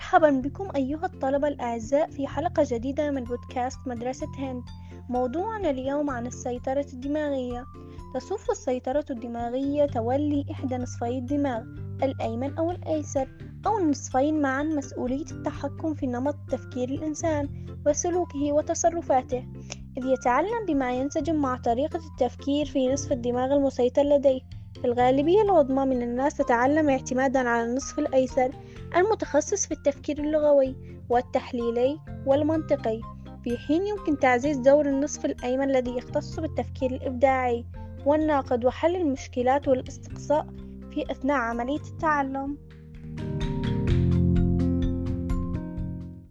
مرحبا بكم أيها الطلبة الأعزاء في حلقة جديدة من بودكاست مدرسة هند. موضوعنا اليوم عن السيطرة الدماغية. تصف السيطرة الدماغية تولي إحدى نصفي الدماغ، الأيمن أو الأيسر، أو النصفين معا، مسؤولية التحكم في نمط تفكير الإنسان وسلوكه وتصرفاته، إذ يتعلم بما ينسجم مع طريقة التفكير في نصف الدماغ المسيطر لديه. في الغالبية العظمى من الناس تتعلم اعتمادا على النصف الأيسر المتخصص في التفكير اللغوي والتحليلي والمنطقي، في حين يمكن تعزيز دور النصف الأيمن الذي يختص بالتفكير الإبداعي والناقد وحل المشكلات والاستقصاء في أثناء عملية التعلم.